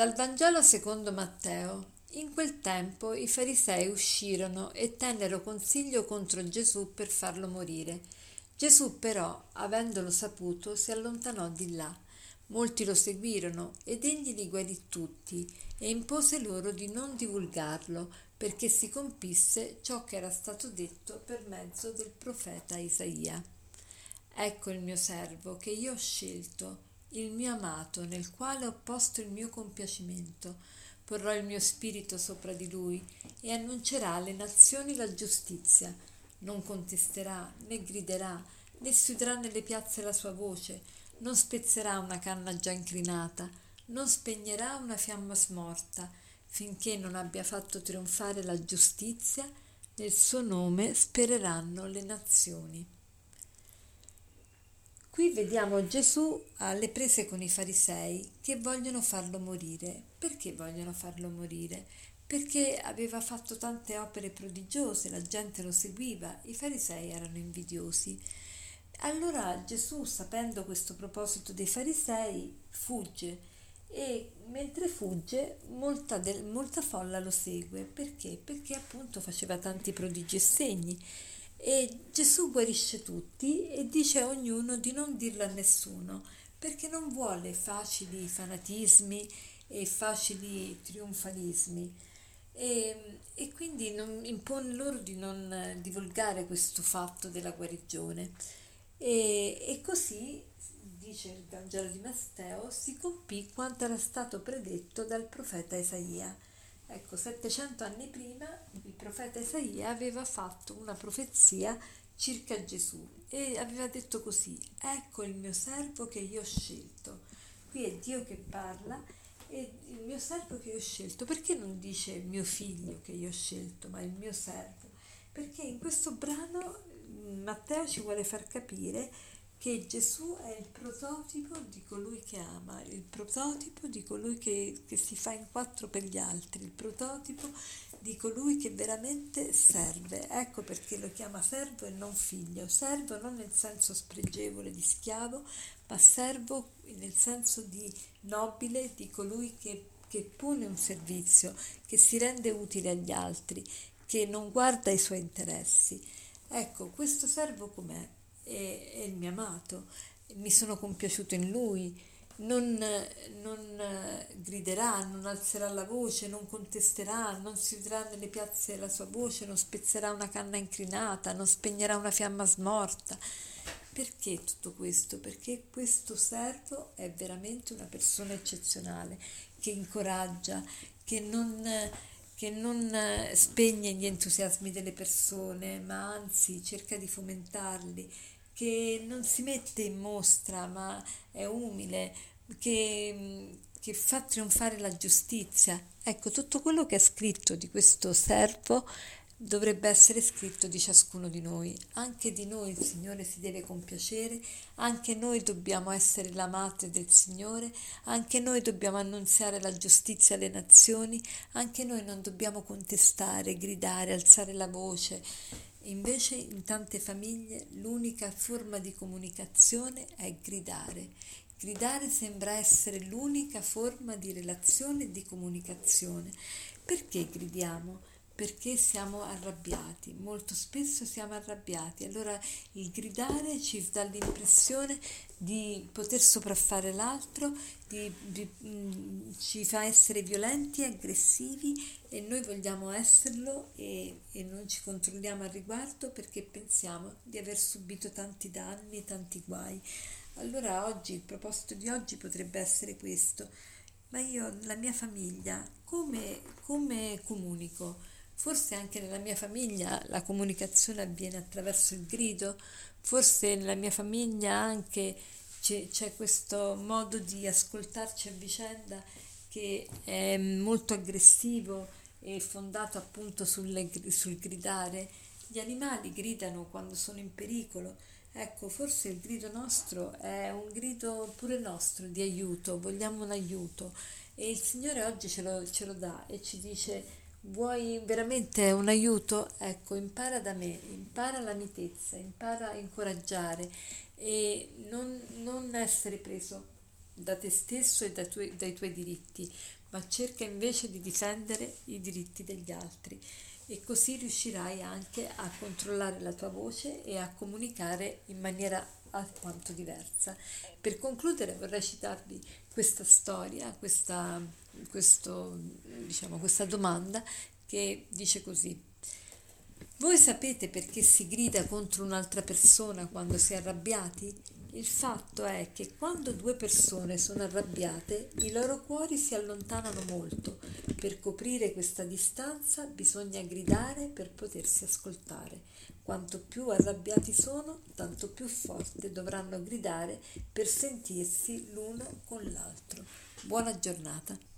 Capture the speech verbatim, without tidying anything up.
Dal Vangelo secondo Matteo. In quel tempo i farisei uscirono e tennero consiglio contro Gesù per farlo morire. Gesù però, avendolo saputo, si allontanò di là. Molti lo seguirono ed egli li guarì tutti e impose loro di non divulgarlo, perché si compisse ciò che era stato detto per mezzo del profeta Isaia. Ecco il mio servo che io ho scelto, il mio amato, nel quale ho posto il mio compiacimento. Porrò il mio spirito sopra di lui e annuncerà alle nazioni la giustizia. Non contesterà, né griderà, né si udrà nelle piazze la sua voce, non spezzerà una canna già incrinata, non spegnerà una fiamma smorta, finché non abbia fatto trionfare la giustizia. Nel suo nome spereranno le nazioni. Qui vediamo Gesù alle prese con i farisei che vogliono farlo morire. Perché vogliono farlo morire? Perché aveva fatto tante opere prodigiose, la gente lo seguiva, i farisei erano invidiosi. Allora Gesù, sapendo questo proposito dei farisei, fugge e mentre fugge molta, del, molta folla lo segue. Perché? Perché appunto faceva tanti prodigi e segni. E Gesù guarisce tutti e dice a ognuno di non dirlo a nessuno, perché non vuole facili fanatismi e facili trionfalismi. E, e quindi non, impone loro di non divulgare questo fatto della guarigione. E, e così, dice il Vangelo di Matteo, si compì quanto era stato predetto dal profeta Isaia. Ecco, settecento anni prima il profeta Isaia aveva fatto una profezia circa Gesù e aveva detto così: ecco il mio servo che io ho scelto. Qui è Dio che parla, e il mio servo che io ho scelto. Perché non dice il mio figlio che io ho scelto, ma il mio servo? Perché in questo brano Matteo ci vuole far capire che Gesù è il prototipo di colui che ama, il prototipo di colui che, che si fa in quattro per gli altri, il prototipo di colui che veramente serve. Ecco perché lo chiama servo e non figlio. Servo non nel senso spregevole di schiavo, ma servo nel senso di nobile, di colui che, che pone un servizio, che si rende utile agli altri, che non guarda i suoi interessi. Ecco, questo servo com'è? È, è il mio amato, mi sono compiaciuto in lui, non, non griderà, non alzerà la voce, non contesterà, non si udrà nelle piazze la sua voce, non spezzerà una canna incrinata, non spegnerà una fiamma smorta. Perché tutto questo? Perché questo servo è veramente una persona eccezionale, che incoraggia, che non che non spegne gli entusiasmi delle persone, ma anzi cerca di fomentarli, che non si mette in mostra, ma è umile, che, che fa trionfare la giustizia. Ecco, tutto quello che è scritto di questo servo dovrebbe essere scritto di ciascuno di noi. Anche di noi il Signore si deve compiacere, anche noi dobbiamo essere la madre del Signore, anche noi dobbiamo annunziare la giustizia alle nazioni, anche noi non dobbiamo contestare, gridare, alzare la voce. Invece in tante famiglie l'unica forma di comunicazione è gridare. Gridare sembra essere l'unica forma di relazione e di comunicazione. Perché gridiamo? Perché siamo arrabbiati, molto spesso siamo arrabbiati, allora il gridare ci dà l'impressione di poter sopraffare l'altro, di, di, mh, ci fa essere violenti e aggressivi e noi vogliamo esserlo e, e non ci controlliamo al riguardo perché pensiamo di aver subito tanti danni, tanti guai. Allora oggi, il proposito di oggi potrebbe essere questo: ma io, la mia famiglia, come, come comunico? Forse anche nella mia famiglia la comunicazione avviene attraverso il grido, forse nella mia famiglia anche c'è, c'è questo modo di ascoltarci a vicenda che è molto aggressivo e fondato appunto sulle, sul gridare. Gli animali gridano quando sono in pericolo. Ecco, forse il grido nostro è un grido pure nostro di aiuto, vogliamo un aiuto e il Signore oggi ce lo, ce lo dà e ci dice: vuoi veramente un aiuto? Ecco, impara da me, impara la mitezza, impara a incoraggiare e non, non essere preso da te stesso e dai tuoi, dai tuoi diritti, ma cerca invece di difendere i diritti degli altri e così riuscirai anche a controllare la tua voce e a comunicare in maniera alquanto diversa. Per concludere vorrei citarvi questa storia, questa, questo, diciamo, questa domanda che dice così: voi sapete perché si grida contro un'altra persona quando si è arrabbiati? Il fatto è che quando due persone sono arrabbiate, i loro cuori si allontanano molto. Per coprire questa distanza bisogna gridare per potersi ascoltare. Quanto più arrabbiati sono, tanto più forte dovranno gridare per sentirsi l'uno con l'altro. Buona giornata.